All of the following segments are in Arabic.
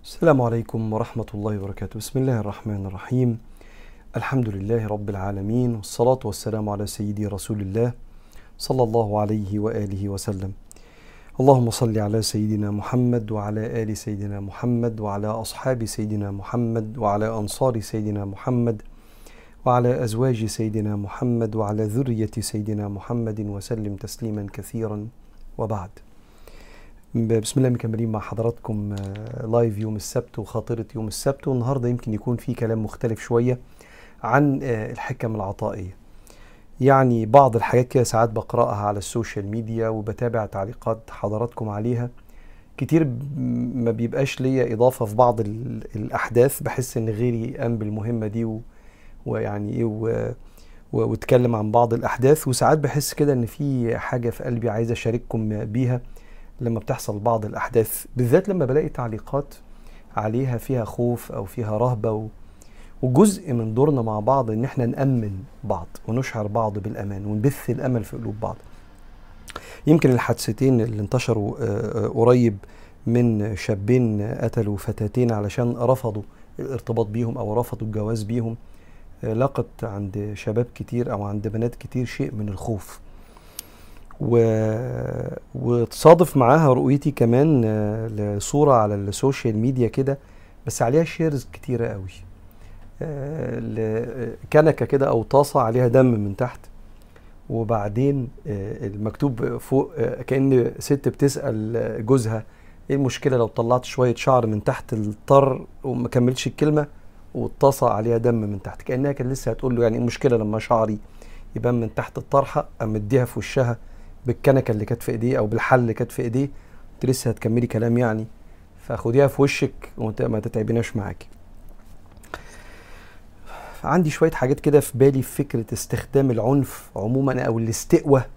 السلام عليكم ورحمة الله وبركاته. بسم الله الرحمن الرحيم. الحمد لله رب العالمين، والصلاة والسلام على سيدي رسول الله صلى الله عليه وآله وسلم. اللهم صل على سيدنا محمد وعلى آل سيدنا محمد وعلى أصحاب سيدنا محمد وعلى أنصار سيدنا محمد وعلى أزواج سيدنا محمد وعلى ذرية سيدنا محمد وسلم تسليما كثيرا. وبعد، بسم الله مكملين مع حضراتكم لايف يوم السبت وخاطرة يوم السبت. والنهاردة يمكن يكون في كلام مختلف شوية عن الحكم العطائية. يعني بعض الحاجات كده ساعات بقرأها على السوشيال ميديا وبتابع تعليقات حضراتكم عليها كتير، ما بيبقاش ليا إضافة في بعض الأحداث. بحس إن غيري قام بالمهمة دي ويعني إيه واتكلم عن بعض الأحداث، وساعات بحس كده إن في حاجة في قلبي عايز أشارككم بيها لما بتحصل بعض الأحداث، بالذات لما بلاقي تعليقات عليها فيها خوف أو فيها رهبة. وجزء من دورنا مع بعض إن احنا نأمن بعض ونشعر بعض بالأمان ونبث الأمل في قلوب بعض. يمكن الحادثتين اللي انتشروا قريب من شابين قتلوا فتاتين علشان رفضوا الارتباط بيهم أو رفضوا الجواز بيهم، لقت عند شباب كتير أو عند بنات كتير شيء من الخوف. وتصادف معاها رؤيتي كمان لصورة على السوشيال ميديا كده، بس عليها شيرز كتيرة قوي، كنكة كده أو طاسة عليها دم من تحت، وبعدين المكتوب فوق كأن ست بتسأل جوزها ايه المشكلة لو طلعت شوية شعر من تحت الطر، وما كملش الكلمة والطاسة عليها دم من تحت، كأنها كان لسه هتقول له يعني ايه المشكلة لما شعري يبان من تحت الطرحة، أمديها في وشها بالكنكة اللي كانت في ايديه او بالحل اللي كانت في ايديه. انت لسه هتكملي كلام يعني؟ فخديها في وشك وما تتعبيناش معاكي. عندي شوية حاجات كده في بالي في فكرة استخدام العنف عموما او الاستقوى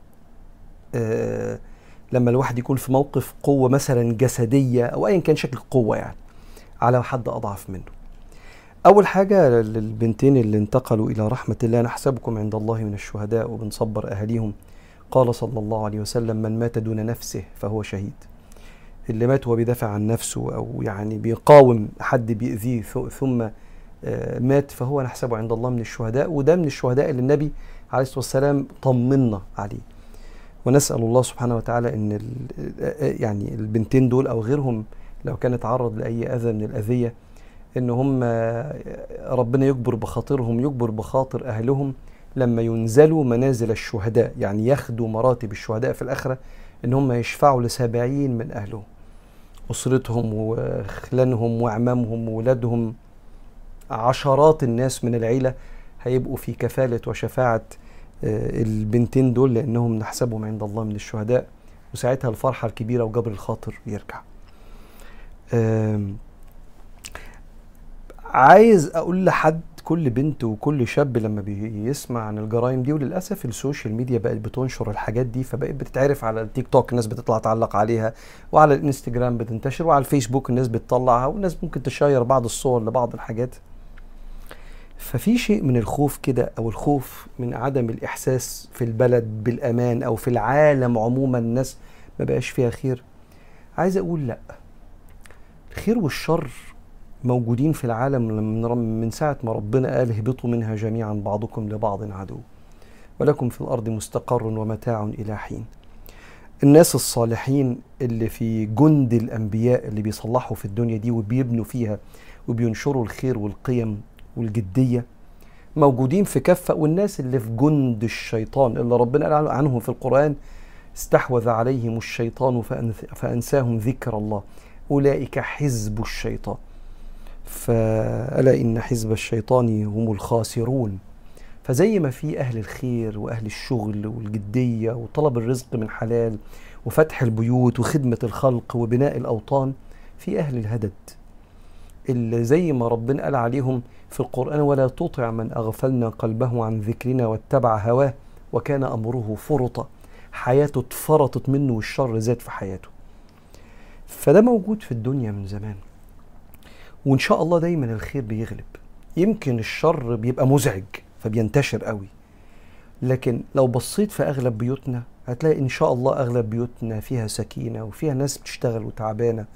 لما الواحد يكون في موقف قوة مثلا جسدية او ايا كان شكل القوة يعني على حد اضعف منه. اول حاجة للبنتين اللي انتقلوا الى رحمة الله، نحسبكم عند الله من الشهداء، وبنصبر اهاليهم. قال صلى الله عليه وسلم: من مات دون نفسه فهو شهيد. اللي مات وهو بيدافع عن نفسه أو يعني بيقاوم حد بيأذيه ثم مات فهو نحسبه عند الله من الشهداء. وده من الشهداء اللي النبي عليه الصلاة والسلام طمنا عليه. ونسأل الله سبحانه وتعالى أن يعني البنتين دول أو غيرهم لو كان اتعرض لأي أذى من الأذية أن هم ربنا يجبر بخاطرهم، يجبر بخاطر أهلهم لما ينزلوا منازل الشهداء، يعني ياخدوا مراتب الشهداء في الآخرة، إن هم يشفعوا ل70 من أهلهم، أسرتهم وخلانهم وعمامهم وولادهم، عشرات الناس من العيلة هيبقوا في كفالة وشفاعة البنتين دول، لأنهم نحسبهم عند الله من الشهداء. وساعتها الفرحة الكبيرة وجبر الخاطر يرجع. عايز أقول لحد، كل بنت وكل شاب لما بيسمع عن الجرائم دي، وللأسف السوشيال ميديا بقت بتنشر الحاجات دي، فبقت بتتعرف على التيك توك الناس بتطلع تعلق عليها، وعلى الانستجرام بتنتشر، وعلى الفيسبوك الناس بتطلعها، والناس ممكن تشير بعض الصور لبعض الحاجات. ففي شيء من الخوف كده، أو الخوف من عدم الإحساس في البلد بالأمان، أو في العالم عموما الناس ما بقاش فيها خير. عايز أقول لأ، الخير والشر موجودين في العالم من ساعة ما ربنا قال: اهبطوا منها جميعا بعضكم لبعض عدو ولكم في الأرض مستقر ومتاع إلى حين. الناس الصالحين اللي في جند الأنبياء اللي بيصلحوا في الدنيا دي وبيبنوا فيها وبينشروا الخير والقيم والجدية موجودين في كفة. والناس اللي في جند الشيطان اللي ربنا قال عنهم في القرآن: استحوذ عليهم الشيطان فأنساهم ذكر الله أولئك حزب الشيطان فألا إن حزب الشيطان هم الخاسرون. فزي ما في أهل الخير وأهل الشغل والجدية وطلب الرزق من حلال وفتح البيوت وخدمة الخلق وبناء الأوطان، في أهل الهدد اللي زي ما ربنا قال عليهم في القرآن: ولا تطع من أغفلنا قلبه عن ذكرنا واتبع هواه وكان أمره فرطا. حياته اتفرطت منه والشر زاد في حياته. فده موجود في الدنيا من زمان، وإن شاء الله دايما الخير بيغلب. يمكن الشر بيبقى مزعج فبينتشر قوي، لكن لو بصيت في أغلب بيوتنا هتلاقي إن شاء الله أغلب بيوتنا فيها سكينة وفيها ناس بتشتغل وتعبانة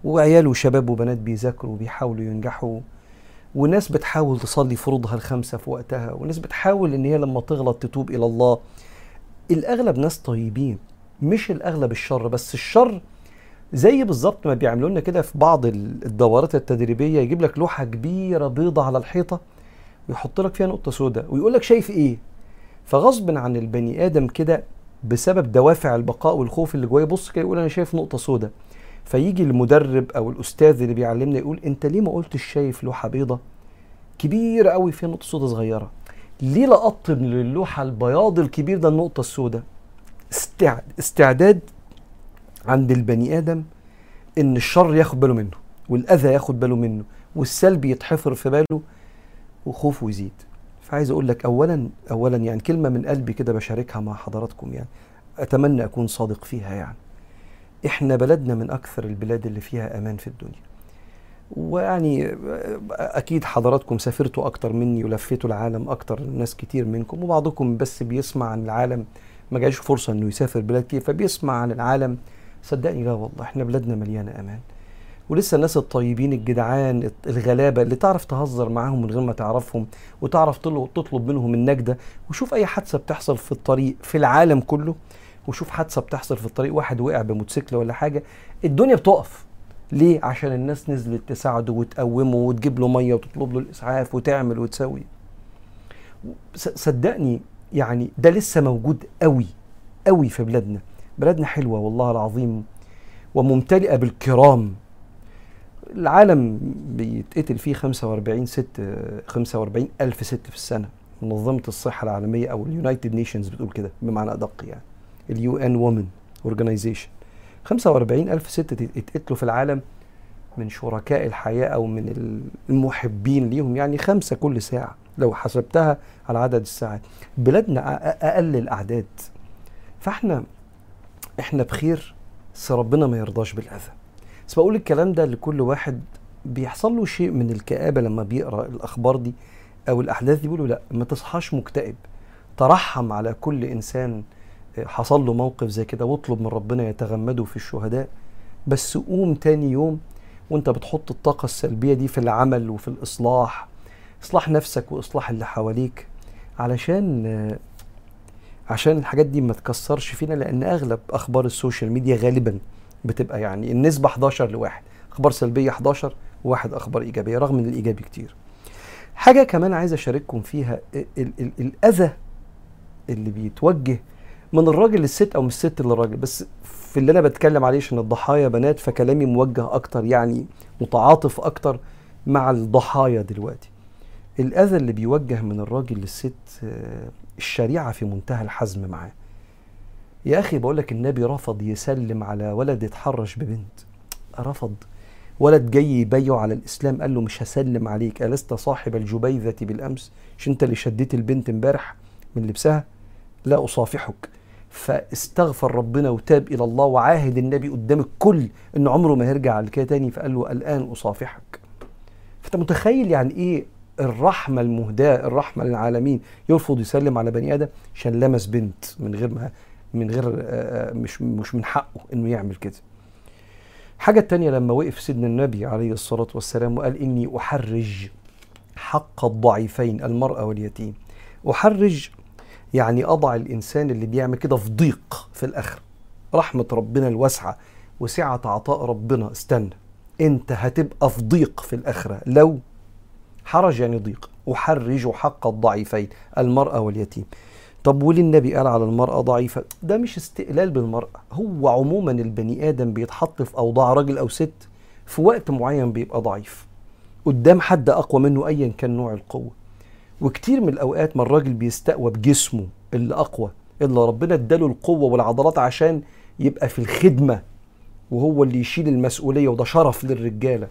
وعيال وشباب وبنات بيذاكروا وبيحاولوا ينجحوا، وناس بتحاول تصلي فروضها الخمسة في وقتها، وناس بتحاول ان هي لما تغلط تتوب الى الله. الاغلب ناس طيبين، مش الاغلب الشر، بس الشر زي بالظبط ما بيعملوا لنا كده في بعض الدورات التدريبيه، يجيب لك لوحه كبيره بيضه على الحيطه ويحط لك فيها نقطه سوداء ويقول لك شايف ايه. فغصب عن البني ادم كده بسبب دوافع البقاء والخوف اللي جواه يبص كده يقول انا شايف نقطه سوداء. فيجي المدرب او الاستاذ اللي بيعلمنا يقول انت ليه ما قلتش شايف لوحه بيضه كبيره قوي فيها نقطه سوداء صغيره؟ ليه لقطت من اللوحه البياض الكبير ده النقطه السوداء؟ استعداد عند البني ادم ان الشر ياخد باله منه، والاذى ياخد باله منه، والسلبي يتحفر في باله، وخوفه يزيد. فعايز اقول لك اولا يعني كلمه من قلبي كده بشاركها مع حضراتكم، يعني اتمنى اكون صادق فيها. يعني احنا بلدنا من اكثر البلاد اللي فيها امان في الدنيا، ويعني اكيد حضراتكم سافرتوا اكتر مني ولفيتوا العالم اكتر ناس كتير منكم، وبعضكم بس بيسمع عن العالم ما جاش فرصه انه يسافر بلاد كتير فبيسمع عن العالم. صدقني لا والله احنا بلادنا مليانه امان، ولسه الناس الطيبين الجدعان الغلابه اللي تعرف تهزر معاهم من غير ما تعرفهم، وتعرف تطلب منهم النجده. وشوف اي حادثه بتحصل في الطريق في العالم كله، وشوف حادثه بتحصل في الطريق واحد وقع بموتوسيكل ولا حاجه، الدنيا بتقف. ليه؟ عشان الناس نزلت تساعده وتقومه وتجيب له ميه وتطلب له الاسعاف وتعمل وتسوي. صدقني يعني ده لسه موجود قوي قوي في بلادنا. بلادنا حلوه والله العظيم وممتلئه بالكرام. العالم بيتقتل فيه 45 ألف ست في السنة. منظمة الصحة العالمية أو اليونايتد نيشنز بتقول كده بمعنى أدق، يعني اليو ان وومن اورجانيزيشن. 45 ألف ست اتقتلوا في العالم من شركاء الحياة أو من المحبين ليهم، يعني 5 كل ساعة لو حسبتها على عدد الساعات. بلادنا أقل الأعداد، فإحنا بخير، بس ربنا ما يرضاش بالأذى. بس بقول الكلام ده لكل واحد بيحصل له شيء من الكآبة لما بيقرأ الأخبار دي أو الأحداث دي، بيقولوا لا ما تصحاش مكتئب، ترحم على كل إنسان حصل له موقف زي كده، واطلب من ربنا يتغمده في الشهداء. بس قوم تاني يوم وانت بتحط الطاقة السلبية دي في العمل وفي الإصلاح، إصلاح نفسك وإصلاح اللي حواليك، عشان الحاجات دي ما تكسرش فينا. لأن أغلب أخبار السوشيال ميديا غالبا بتبقى يعني النسبة 11 لواحد، أخبار سلبية 11 وواحد أخبار إيجابية، رغم إن الإيجابي كتير. حاجة كمان عايز أشارككم فيها، الأذى اللي بيتوجه من الراجل للست أو من الست للراجل، بس في اللي أنا بتكلم عليه عشان الضحايا بنات فكلامي موجه أكتر، يعني متعاطف أكتر مع الضحايا دلوقتي. الأذى اللي بيوجه من الراجل للست، الشريعة في منتهى الحزم معاه. يا أخي بقولك النبي رفض يسلم على ولد يتحرش ببنت، رفض. ولد جاي يبايعه على الإسلام قال له مش هسلم عليك، ألست صاحب الجبيذة بالأمس؟ مش أنت اللي شديت البنت امبارح من لبسها؟ لا أصافحك. فاستغفر ربنا وتاب إلى الله وعاهد النبي قدام الكل إن عمره ما هيرجع على كده تاني، فقال له الآن أصافحك. فأنت متخيل يعني إيه الرحمة المهداة، الرحمة للعالمين، يرفض يسلم على بني آدم عشان لمس بنت من غير مش من حقه إنه يعمل كده. حاجة تانية لما وقف سيدنا النبي عليه الصلاة والسلام وقال إني أحرج حق الضعيفين المرأة واليتيم. أحرج يعني أضع الإنسان اللي بيعمل كده في ضيق في الآخرة. رحمة ربنا الواسعة وسعة عطاء ربنا، استنى أنت هتبقى في ضيق في الآخرة لو حرج، يعني ضيق. أحرج حق الضعيفين المرأة واليتيم. طب وليه النبي قال على المرأة ضعيفة؟ ده مش استقلال بالمرأة، هو عموما البني آدم بيتحط في أوضاع راجل أو ست في وقت معين بيبقى ضعيف قدام حد أقوى منه أيا كان نوع القوة. وكتير من الأوقات ما الراجل بيستقوى بجسمه اللي أقوى، إلا ربنا اداله القوة والعضلات عشان يبقى في الخدمة وهو اللي يشيل المسؤولية، وده شرف للرجالة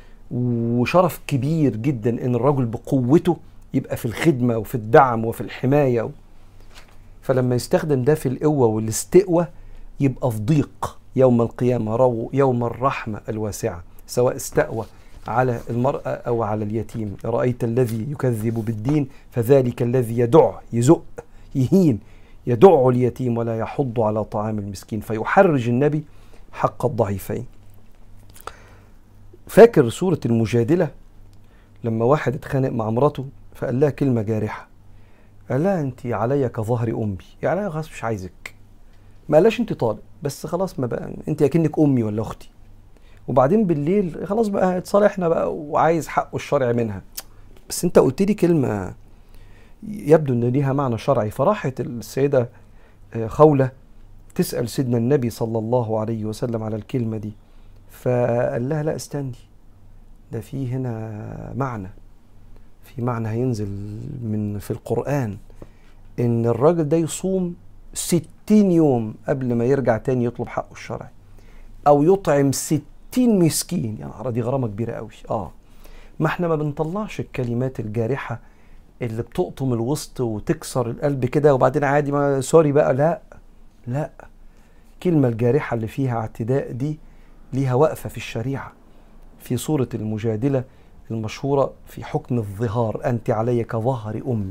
وشرف كبير جدا إن الرجل بقوته يبقى في الخدمة وفي الدعم وفي الحماية. فلما يستخدم ده في القوة والاستقوى يبقى في ضيق يوم القيامة، يوم الرحمة الواسعة، سواء استقوى على المرأة أو على اليتيم. رأيت الذي يكذب بالدين فذلك الذي يزق يهين يدع اليتيم ولا يحض على طعام المسكين. فيحرج النبي حق الضعيفين. فاكر سورة المجادلة لما واحد اتخانق مع مراته فقال لها كلمة جارحة، قال لها انت عليا كظهر امي، يعني انا خلاص مش عايزك. ما قالش انت طالق، بس خلاص ما بقى انت اكنك امي ولا اختي. وبعدين بالليل خلاص بقى اتصالحنا بقى وعايز حقه الشرعي منها، بس انت قلت لي كلمة يبدو ان ليها معنى شرعي. فراحت السيدة خولة تسأل سيدنا النبي صلى الله عليه وسلم على الكلمة دي، فقال لها لا استني، ده في هنا معنى، في معنى هينزل في القرآن ان الراجل ده يصوم 60 يوم قبل ما يرجع تاني يطلب حقه الشرعي، او يطعم 60 مسكين. يا نهار، دي غرامة كبيرة قوي. ما احنا ما بنطلعش الكلمات الجارحة اللي بتقطم الوسط وتكسر القلب كده وبعدين عادي ما سوري بقى، لا لا، الكلمة الجارحة اللي فيها اعتداء دي ليها وقفة في الشريعة. في سورة المجادلة المشهورة في حكم الظهار، أنت علي كظهر أمي.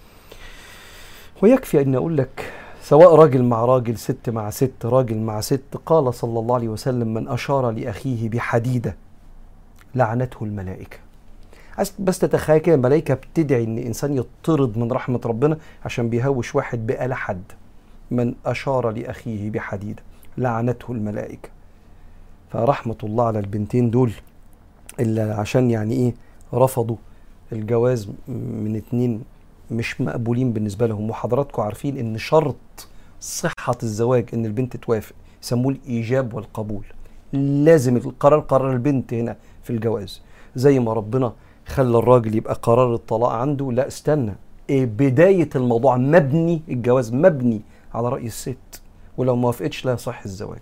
ويكفي أن أقول لك سواء راجل مع راجل، ست مع ست، راجل مع ست، قال صلى الله عليه وسلم من أشار لأخيه بحديدة لعنته الملائكة. بس تتخيل كده الملائكة بتدعي أن إنسان يطرد من رحمة ربنا عشان بيهوش واحد بآلة حد. من أشار لأخيه بحديدة لعنته الملائكة. فرحمة الله على البنتين دول اللي عشان يعني إيه رفضوا الجواز من 2 مش مقبولين بالنسبة لهم. وحضراتكم عارفين إن شرط صحة الزواج إن البنت توافق، يسموه الإيجاب والقبول. لازم القرار قرار البنت هنا في الجواز، زي ما ربنا خلى الراجل يبقى قرار الطلاق عنده. لا استنى، بداية الموضوع مبني، الجواز مبني على رأي الست، ولو ما وافقتش لا يصح الزواج.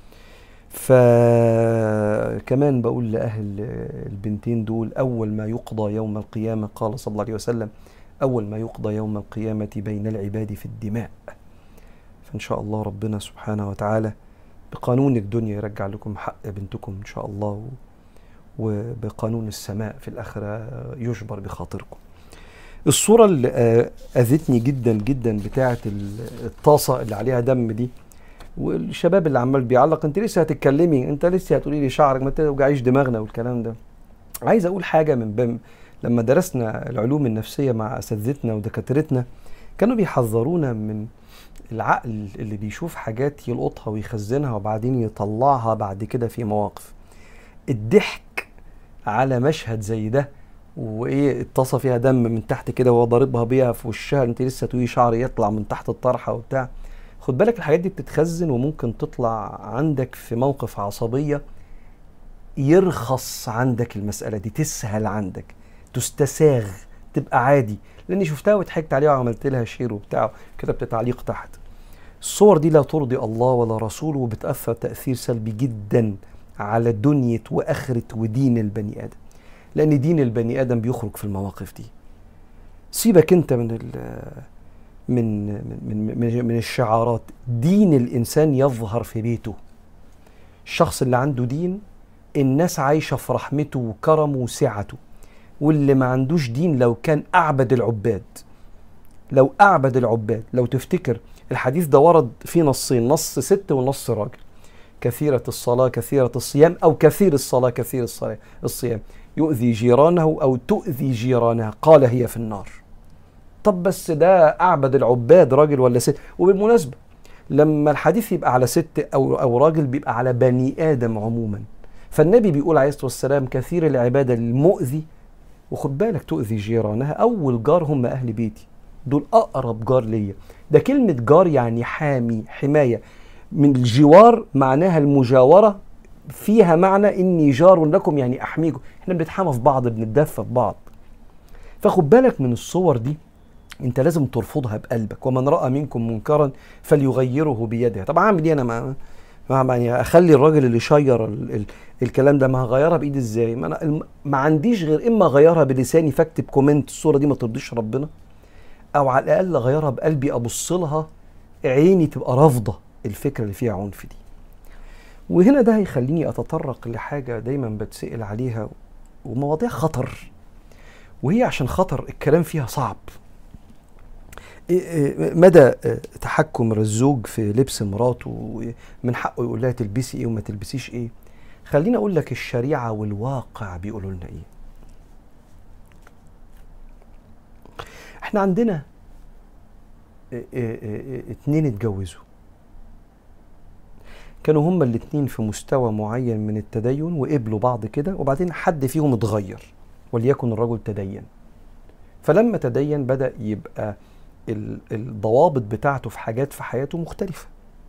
فكمان بقول لأهل البنتين دول أول ما يقضى يوم القيامة، قال صلى الله عليه وسلم أول ما يقضى يوم القيامة بين العباد في الدماء. فإن شاء الله ربنا سبحانه وتعالى بقانون الدنيا يرجع لكم حق بنتكم إن شاء الله، وبقانون السماء في الآخرة يجبر بخاطركم. الصورة اللي أذتني جدا جدا بتاعة الطاسة اللي عليها دم دي، والشباب اللي عمال بيعلق انت لسه هتتكلمي، انت لسه هتقولي لي شعرك، ما توجعيش دماغنا والكلام ده. عايز اقول حاجة من بام لما درسنا العلوم النفسية مع اساتذتنا ودكاترتنا كانوا بيحذرونا من العقل اللي بيشوف حاجات يلقطها ويخزنها وبعدين يطلعها بعد كده في مواقف. الضحك على مشهد زي ده وايه الطاسه فيها دم من تحت كده وهو ضاربها بيها في وشها، انت لسه تقولي شعري يطلع من تحت الطرحه وبتاع. خد بالك الحاجات دي بتتخزن وممكن تطلع عندك في موقف عصبيه يرخص عندك المساله دي، تسهل عندك، تستساغ، تبقى عادي، لاني شفتها وضحكت عليها وعملت لها شير وبتاع كتبت تعليق تحت. الصور دي لا ترضي الله ولا رسوله، وبتأثر تأثير سلبي جدا على دنيا وآخرة ودين البني آدم، لأن دين البني آدم بيخرج في المواقف دي. سيبك أنت من الشعارات. دين الإنسان يظهر في بيته. الشخص اللي عنده دين الناس عايشة في رحمته وكرمه وسعته، واللي ما عندوش دين لو كان أعبد العباد، لو تفتكر الحديث ده ورد فيه نصين، نص ست ونص راجل. كثيرة الصلاة كثيرة الصيام، أو كثير الصلاة كثير الصيام، يؤذي جيرانه أو تؤذي جيرانها، قال هي في النار. طب بس ده أعبد العباد راجل ولا ست؟ وبالمناسبة لما الحديث يبقى على ست أو راجل بيبقى على بني آدم عموما. فالنبي بيقول عليه الصلاة والسلام كثير العبادة المؤذي، وخد بالك تؤذي جيرانها. أول جار هم أهل بيتي، دول أقرب جار ليا. ده كلمة جار يعني حامي، حماية. من الجوار معناها المجاورة، فيها معنى إني جار لكم يعني أحميكم، إحنا بنتحامى في بعض، بنتدفى في بعض. فخد بالك من الصور دي، انت لازم ترفضها بقلبك. ومن رأى منكم منكرا فليغيره بيده. طب اعمل ايه انا؟ ما يعني اخلي الراجل اللي شير الكلام ده، ما هغيرها بايدي ازاي؟ ما انا ما عنديش غير اما اغيرها بلساني فاكتب كومنت الصوره دي ما ترضيش ربنا، او على الاقل اغيرها بقلبي، ابص لها عيني تبقى رافضه الفكره اللي فيها عنف دي. وهنا ده هيخليني اتطرق لحاجه دايما بتسأل عليها، ومواضيع خطر، وهي عشان خطر الكلام فيها صعب. مدى تحكم الزوج في لبس مراته، من حقه يقول لها تلبسي ايه وما تلبسيش ايه. خليني اقول لك الشريعة والواقع بيقولوا لنا ايه. احنا عندنا اتنين اتجوزوا، كانوا هما الاتنين في مستوى معين من التدين وقبلوا بعض كده، وبعدين حد فيهم اتغير، وليكن الرجل تدين. فلما تدين بدأ يبقى الضوابط بتاعته في حاجات في حياته مختلفة،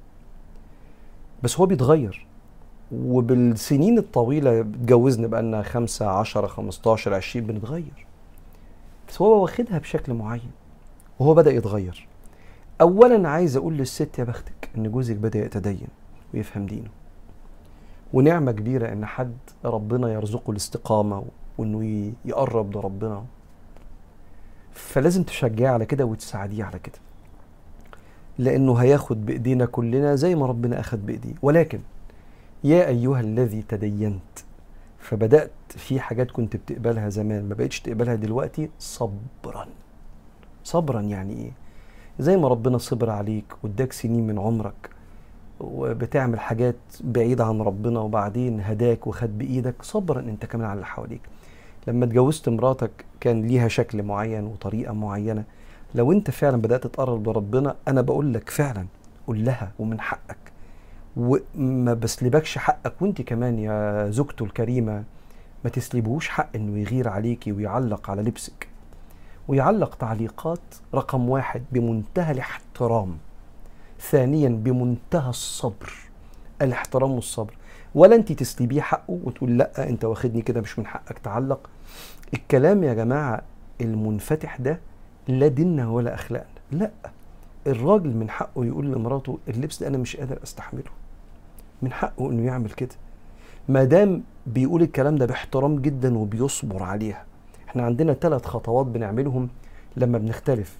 بس هو بيتغير. وبالسنين الطويلة اتجوزنا بقالنا 5 10 15 20 بنتغير، بس هو واخدها بشكل معين وهو بدأ يتغير. أولا عايز أقول للست يا بختك إن جوزك بدأ يتدين ويفهم دينه، ونعمة كبيرة إن حد ربنا يرزقه الاستقامة وإنه يقرب لربنا، فلازم تشجعيه على كده وتساعديه على كده، لأنه هياخد بإيدينا كلنا زي ما ربنا أخد بإيديه. ولكن يا أيها الذي تدينت فبدأت في حاجات كنت بتقبلها زمان ما بقيتش تقبلها دلوقتي، صبرا. صبرا يعني إيه؟ زي ما ربنا صبر عليك واداك سنين من عمرك وبتعمل حاجات بعيدة عن ربنا وبعدين هداك وخد بإيدك، صبرا انت كمان على اللي حواليك. لما اتجوزت مراتك كان ليها شكل معين وطريقة معينة، لو انت فعلا بدأت تقرب لربنا انا بقول لك فعلا قول لها ومن حقك، وما بسلبكش حقك. وانت كمان يا زوجته الكريمة ما تسلبوش حق انه يغير عليكي ويعلق على لبسك ويعلق تعليقات. رقم 1 بمنتهى الاحترام، ثانيا بمنتهى الصبر، الاحترام والصبر. ولا انت تسلبيه حقه وتقول لا انت واخدني كده مش من حقك تعلق. الكلام يا جماعة المنفتح ده لا ديننا ولا اخلاقنا، لا. الراجل من حقه يقول لمراته اللبس ده انا مش قادر استحمله، من حقه انه يعمل كده ما دام بيقول الكلام ده باحترام جدا وبيصبر عليها. احنا عندنا 3 خطوات بنعملهم لما بنختلف: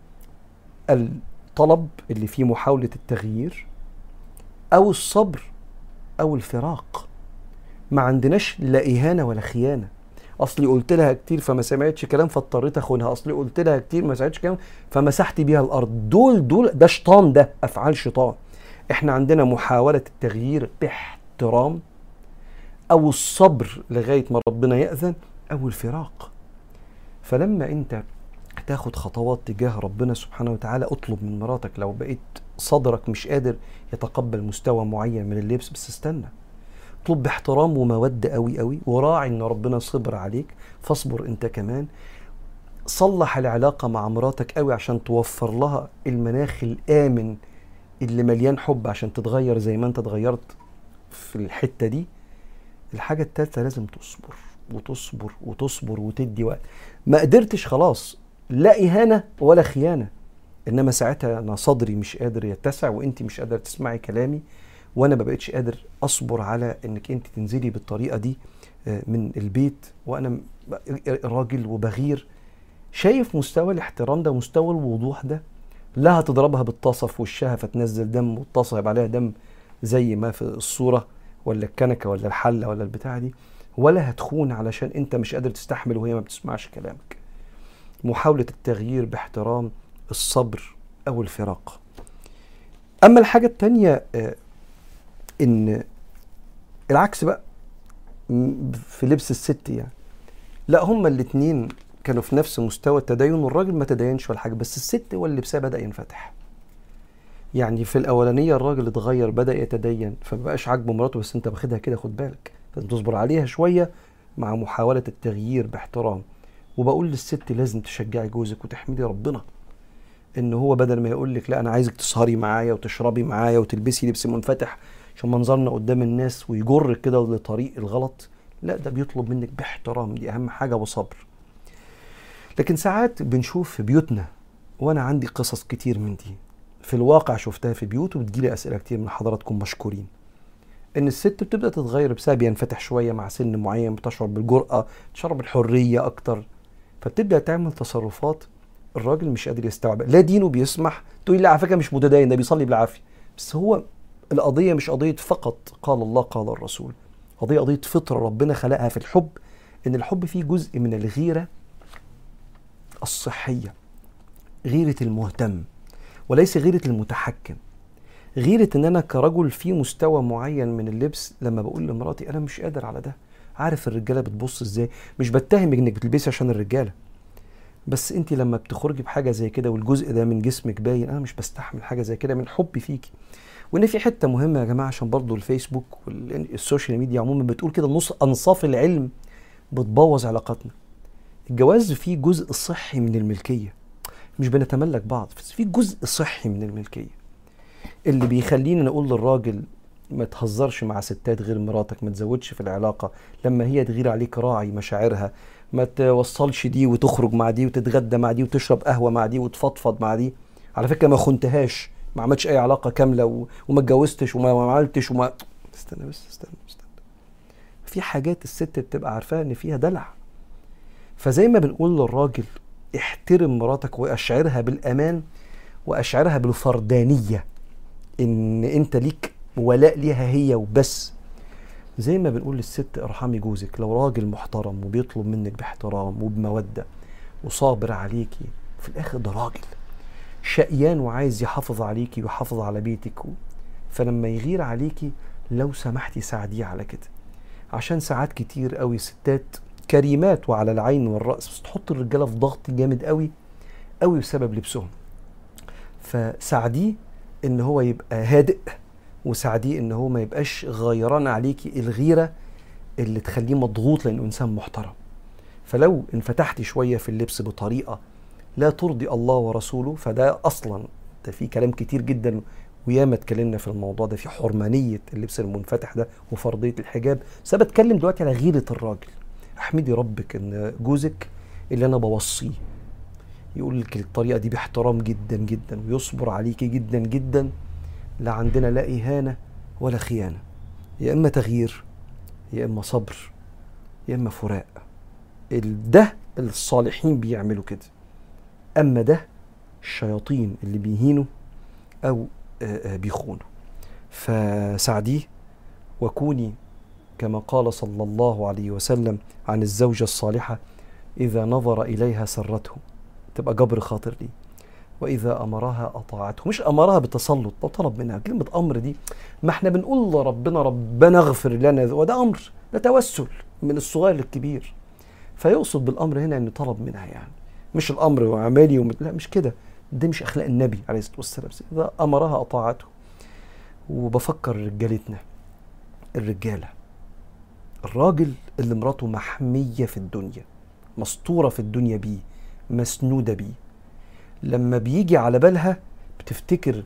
الطلب اللي فيه محاولة التغيير، او الصبر، او الفراق. ما عندناش لا اهانة ولا خيانة. اصلي قلت لها كتير فما سمعتش كلام فاضطريت اخونها، اصلي قلت لها كتير ما سمعتش كلام فمسحت بيها الارض. دول ده شيطان، ده افعال شيطان. احنا عندنا محاولة التغيير باحترام، او الصبر لغاية ما ربنا يأذن، او الفراق. فلما انت تاخد خطوات تجاه ربنا سبحانه وتعالى، اطلب من مراتك لو بقيت صدرك مش قادر يتقبل مستوى معين من اللبس، بس استنى، اطلب باحترام ومودة قوي قوي، وراعي ان ربنا صبر عليك فاصبر انت كمان. صلح العلاقة مع مراتك قوي عشان توفر لها المناخ الآمن اللي مليان حب عشان تتغير زي ما انت اتغيرت في الحتة دي. الحاجة الثالثة لازم تصبر وتصبر وتصبر وتدي وقت. ما قدرتش خلاص، لا إهانة ولا خيانة، إنما ساعتها أنا صدري مش قادر يتسع وإنت مش قادر تسمعي كلامي، وأنا ما بقيتش قادر أصبر على إنك أنت تنزلي بالطريقة دي من البيت وأنا راجل وبغير. شايف مستوى الاحترام ده، مستوى الوضوح ده؟ لا هتضربها بالطاسة في وشها فتنزل دم والطاسة يبقى عليها دم زي ما في الصورة، ولا الكنكة ولا الحلة ولا البتاعة دي، ولا هتخون علشان انت مش قادر تستحمل وهي ما بتسمعش كلامك. محاولة التغيير باحترام، الصبر او الفراق. اما الحاجة التانية ان العكس بقى في لبس الست، يعني لا هما الاتنين كانوا في نفس مستوى التدين والراجل ما تدينش ولا حاجة، بس الست هو اللي لبسها بدأ ينفتح. يعني في الأولانية الراجل اتغير بدأ يتدين فمبقاش عاجبه مراته، بس انت واخدها كده خد بالك، لازم تصبر عليها شوية مع محاولة التغيير باحترام. وبقول للست لازم تشجعي جوزك وتحمدي ربنا ان هو بدل ما يقولك لا انا عايزك تسهري معايا وتشربي معايا وتلبسي لبس منفتح عشان منظرنا قدام الناس ويجرك كده لطريق الغلط، لا ده بيطلب منك باحترام، دي اهم حاجة، وصبر. لكن ساعات بنشوف في بيوتنا، وانا عندي قصص كتير من دي في الواقع شفتها في بيوت وبتجيلي اسئله كتير من حضراتكم مشكورين، ان الست بتبدا تتغير بسبب ينفتح شويه مع سن معين، بتشعر بالجرأه، تشعر بالحريه اكتر، فبتبدا تعمل تصرفات الراجل مش قادر يستوعب. لا دينه بيسمح، تقول لا على فكره مش متدين ده بيصلي بالعافيه، بس هو القضيه مش قضيه فقط قال الله قال الرسول، قضيه فطره ربنا خلقها في الحب، ان الحب فيه جزء من الغيره الصحيه، غيره المهتم وليس غيرة المتحكم. غيرة ان انا كرجل في مستوى معين من اللبس لما بقول لمراتي انا مش قادر على ده. عارف الرجاله بتبص ازاي؟ مش بتهمك انك بتلبسي عشان الرجاله، بس انت لما بتخرجي بحاجه زي كده والجزء ده من جسمك باين، انا مش بستحمل حاجه زي كده من حبي فيكي. وان في حته مهمه يا جماعه، عشان برضو الفيسبوك والسوشيال ميديا عموما بتقول كده نص انصاف العلم بتبوظ علاقاتنا. الجواز فيه جزء صحي من الملكيه، مش بنتملك بعض، بس فيه جزء صحي من الملكيه اللي بيخلينا نقول للراجل ما تهزرش مع ستات غير مراتك، ما تزودش في العلاقة، لما هي تغير عليك راعي مشاعرها، ما توصلش دي وتخرج مع دي وتتغدى مع دي وتشرب قهوة مع دي وتفضفض مع دي. على فكرة ما خنتهاش، ما عملتش اي علاقة كاملة وما اتجوزتش وما عملتش وما استنى بس استنى. في حاجات الست بتبقى عارفاها ان فيها دلع. فزي ما بنقول للراجل احترم مراتك واشعرها بالامان واشعرها بالفردانية، ان انت ليك ولاء ليها هي وبس، زي ما بنقول للست ارحمي جوزك. لو راجل محترم وبيطلب منك باحترام وبمودة وصابر عليكي، في الاخر ده راجل شقيان وعايز يحافظ عليكي ويحافظ على بيتك فلما يغير عليكي لو سمحتي ساعديه على كده. عشان ساعات كتير قوي ستات كريمات وعلى العين والرأس، بس تحط الرجالة في ضغط جامد قوي قوي بسبب لبسهم. فساعديه ان هو يبقى هادئ، وساعديه ان هو ما يبقاش غيران عليكي الغيرة اللي تخليه مضغوط لانه انسان محترم. فلو انفتحتي شوية في اللبس بطريقة لا ترضي الله ورسوله، فده اصلا ده في كلام كتير جدا وياما اتكلمنا في الموضوع ده، في حرمانية اللبس المنفتح ده وفرضية الحجاب. بس انا بتكلم دلوقتي على غيرة الراجل. احمدي ربك ان جوزك اللي انا بوصيه يقول لك الطريقة دي باحترام جدا جدا ويصبر عليكي جدا جدا. لا عندنا لا إهانة ولا خيانة، يا إما تغيير يا إما صبر يا إما فراق. ده الصالحين بيعملوا كده، أما ده الشياطين اللي بيهينوا أو بيخونوا. فساعديه وكوني كما قال صلى الله عليه وسلم عن الزوجة الصالحة: إذا نظر إليها سرته، تبقى جبر خاطر لي، وإذا أمرها أطاعته. مش أمرها بالتسلط، لو طلب منها كلمة أمر دي، ما احنا بنقول لربنا ربنا اغفر لنا، وده أمر، ده توسل من الصغير للكبير. فيقصد بالأمر هنا أن طلب منها، يعني مش الأمر وعمالي لا مش كده، ده مش أخلاق النبي عليه الصلاة والسلام. إذا أمرها أطاعته. وبفكر رجالتنا، الرجالة، الراجل اللي مراته محمية في الدنيا، مسطورة في الدنيا بيه، مسنودة بيه، لما بيجي على بالها بتفتكر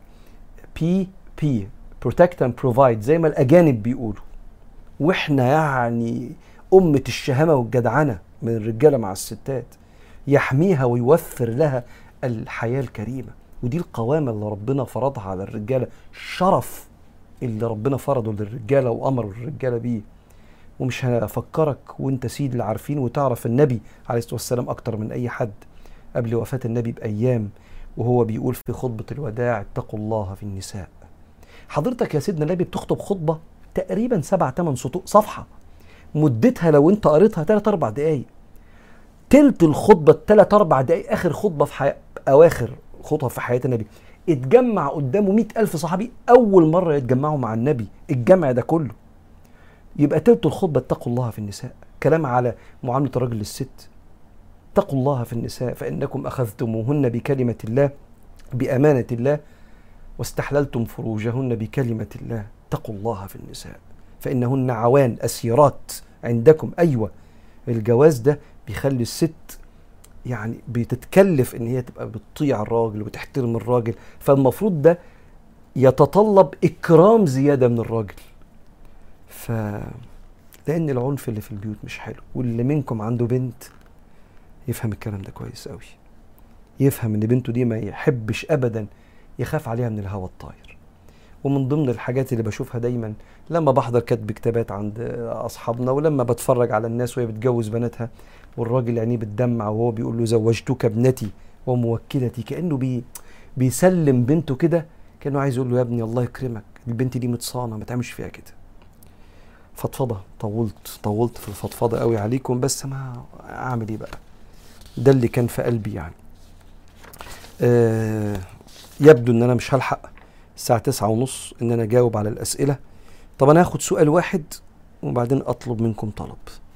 PPP Protect and Provide زي ما الأجانب بيقولوا، وإحنا يعني أمة الشهامة والجدعنة من الرجالة مع الستات، يحميها ويوفر لها الحياة الكريمة. ودي القوامة اللي ربنا فرضها على الرجالة، الشرف اللي ربنا فرضه للرجالة وأمر الرجالة بيه. ومش هفكرك وانت سيد العارفين وتعرف النبي عليه الصلاة والسلام أكتر من أي حد قبل وفاة النبي بأيام، وهو بيقول في خطبة الوداع: اتقوا الله في النساء. حضرتك يا سيدنا النبي بتخطب خطبة تقريبا 7-8 صفحة، مدتها لو انت قريتها 3-4 دقايق. تلت الخطبة 3-4 دقايق، آخر خطبة في أواخر خطبة في حياة النبي، اتجمع قدامه 100,000 صحابي أول مرة يتجمعوا مع النبي، الجمع ده كله. يبقى تلت الخطبة اتقوا الله في النساء، كلام على معاملة الرجل للست. اتقوا الله في النساء فإنكم أخذتموهن بكلمة الله، بأمانة الله، واستحللتم فروجهن بكلمة الله. اتقوا الله في النساء فإنهن عوان أسيرات عندكم. أيوة، الجواز ده بيخلي الست يعني بتتكلف إن هي تبقى بتطيع الراجل وتحترم الراجل، فالمفروض ده يتطلب إكرام زيادة من الراجل. لأن العنف اللي في البيوت مش حلو. واللي منكم عنده بنت يفهم الكلام ده كويس قوي، يفهم ان بنته دي ما يحبش ابدا يخاف عليها من الهوى الطاير. ومن ضمن الحاجات اللي بشوفها دايما لما بحضر كتب كتابات عند اصحابنا، ولما بتفرج على الناس وهي بتجوز بناتها والراجل عينيه بتدمع وهو بيقول له زوجتك ابنتي وموكلتي، كانه بيسلم بنته كده، كانه عايز يقول له يا ابني الله يكرمك، البنت دي متصانه ما تعملش فيها كده. فضفضه، طولت في الفضفضه قوي عليكم، بس ما اعمل ايه بقى، ده اللي كان في قلبي يعني. يبدو ان انا مش هلحق الساعة 9:30 ان انا اجاوب على الاسئلة. طب انا هاخد سؤال واحد وبعدين اطلب منكم طلب.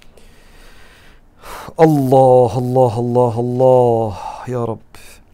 الله الله الله الله يا رب.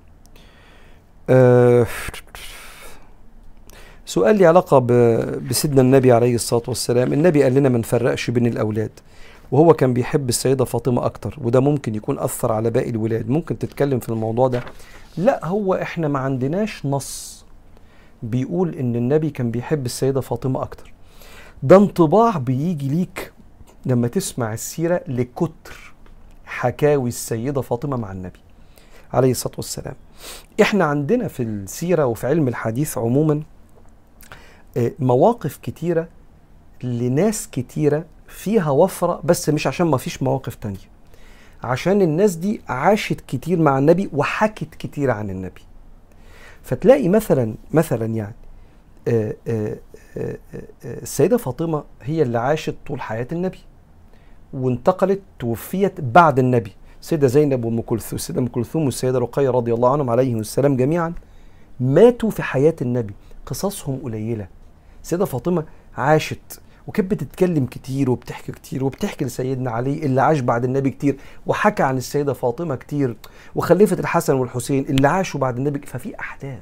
سؤال لي علاقة بسيدنا النبي عليه الصلاة والسلام. النبي قال لنا ما نفرقش بين الأولاد، وهو كان بيحب السيدة فاطمة أكتر، وده ممكن يكون أثر على باقي الولاد. ممكن تتكلم في الموضوع ده؟ لا، هو إحنا ما عندناش نص بيقول إن النبي كان بيحب السيدة فاطمة أكتر. ده انطباع بيجي ليك لما تسمع السيرة لكتر حكاوي السيدة فاطمة مع النبي عليه الصلاة والسلام. إحنا عندنا في السيرة وفي علم الحديث عموما مواقف كتيرة لناس كتيرة فيها وفرة، بس مش عشان ما فيش مواقف تانية، عشان الناس دي عاشت كتير مع النبي وحكت كتير عن النبي. فتلاقي مثلا يعني السيدة فاطمة هي اللي عاشت طول حياة النبي، وانتقلت توفيت بعد النبي. السيدة زينب وأم كلثوم، السيدة أم كلثوم والسيدة رقية رضي الله عنهم عليهم السلام جميعا ماتوا في حياة النبي، قصصهم قليلة. السيدة فاطمة عاشت وكانت بتتكلم كتير وبتحكي كتير، وبتحكي لسيدنا علي اللي عاش بعد النبي كتير، وحكى عن السيدة فاطمة كتير، وخلفت الحسن والحسين اللي عاشوا بعد النبي. ففي أحداث،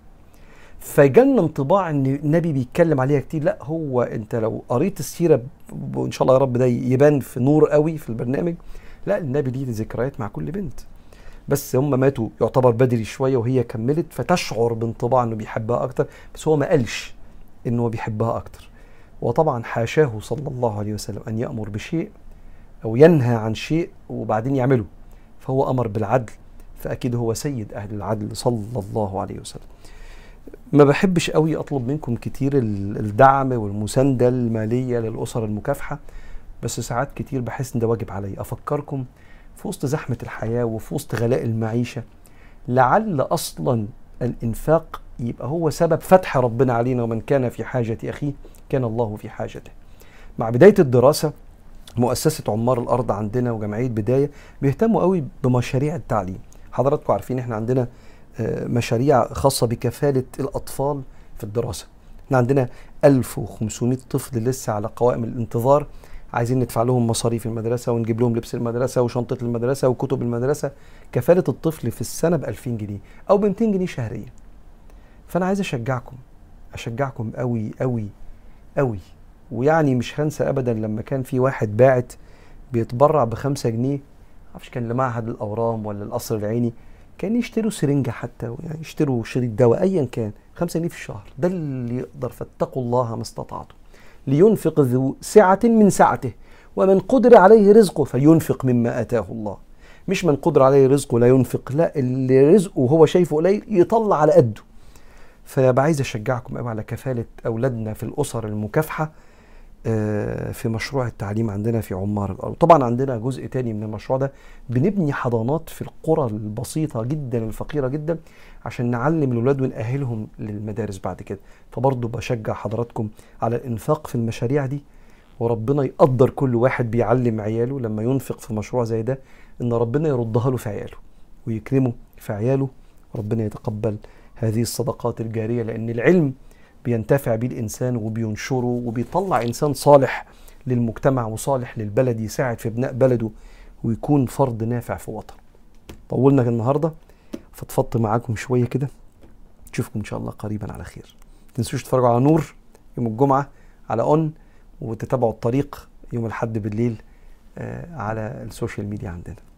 فجالنا انطباع ان النبي بيتكلم عليها كتير. لا، هو انت لو قريت السيرة وان شاء الله يا رب ده يبان في نور قوي في البرنامج، لا، النبي ليه ذكريات مع كل بنت، بس هم ماتوا يعتبر بدري شوية وهي كملت، فتشعر بانطباع انه بيحبها اكتر، بس هو ما قالش انه بيحبها اكتر. وطبعا حاشاه صلى الله عليه وسلم ان يأمر بشيء او ينهى عن شيء وبعدين يعمله، فهو امر بالعدل، فاكيد هو سيد اهل العدل صلى الله عليه وسلم. ما بحبش قوي اطلب منكم كتير الدعم والمساندة المالية للأسر المكافحة، بس ساعات كتير بحس ان ده واجب علي افكركم في وسط زحمة الحياة وفي وسط غلاء المعيشة، لعل اصلا الانفاق يبقى هو سبب فتح ربنا علينا. ومن كان في حاجة اخيه كان الله في حاجته. مع بداية الدراسة مؤسسة عمار الارض عندنا وجمعية بداية بيهتموا قوي بمشاريع التعليم. حضراتكم عارفين احنا عندنا مشاريع خاصة بكفالة الأطفال في الدراسة. احنا عندنا 1500 طفل لسه على قوائم الانتظار، عايزين ندفع لهم مصاريف المدرسة ونجيب لهم لبس المدرسة وشنطة المدرسة وكتب المدرسة. كفالة الطفل في السنة ب2000 جنيه أو ب200 جنيه شهريا. فأنا عايز أشجعكم قوي قوي قوي. ويعني مش هنسى أبدا لما كان في واحد باعت بيتبرع ب5 جنيه، معرفش كان لمعهد الأورام ولا القصر العيني، كان يشتروا سرنجة حتى، يعني يشتروا شريط دواء أيا كان، 5 جنيه في الشهر. ده اللي يقدر، فاتقوا الله ما استطعتم، لينفق ذو سعة من سعته ومن قدر عليه رزقه فلينفق مما آتاه الله. مش من قدر عليه رزقه لا ينفق، لا، اللي رزقه هو شايفه قليل يطلع على قده. فبقى عايز أشجعكم قوي على كفالة أولادنا في الأسر المكافحة في مشروع التعليم عندنا في عمار الأرض. طبعا عندنا جزء تاني من المشروع ده، بنبني حضانات في القرى البسيطة جدا الفقيرة جدا عشان نعلم الأولاد ونأهلهم للمدارس بعد كده. فبرضه بشجع حضراتكم على الإنفاق في المشاريع دي، وربنا يقدر كل واحد بيعلم عياله لما ينفق في مشروع زي ده، إن ربنا يردها له في عياله ويكرمه في عياله، وربنا يتقبل هذه الصدقات الجارية، لأن العلم بينتفع بيه الإنسان وبينشره وبيطلع إنسان صالح للمجتمع وصالح للبلد، يساعد في بناء بلده ويكون فرد نافع في وطن. طولنا النهاردة، فضفضت معاكم شوية كده. نشوفكم إن شاء الله قريبا على خير. تنسوش تتفرجوا على نور يوم الجمعة على أون، وتتابعوا الطريق يوم الأحد بالليل على السوشيال ميديا عندنا.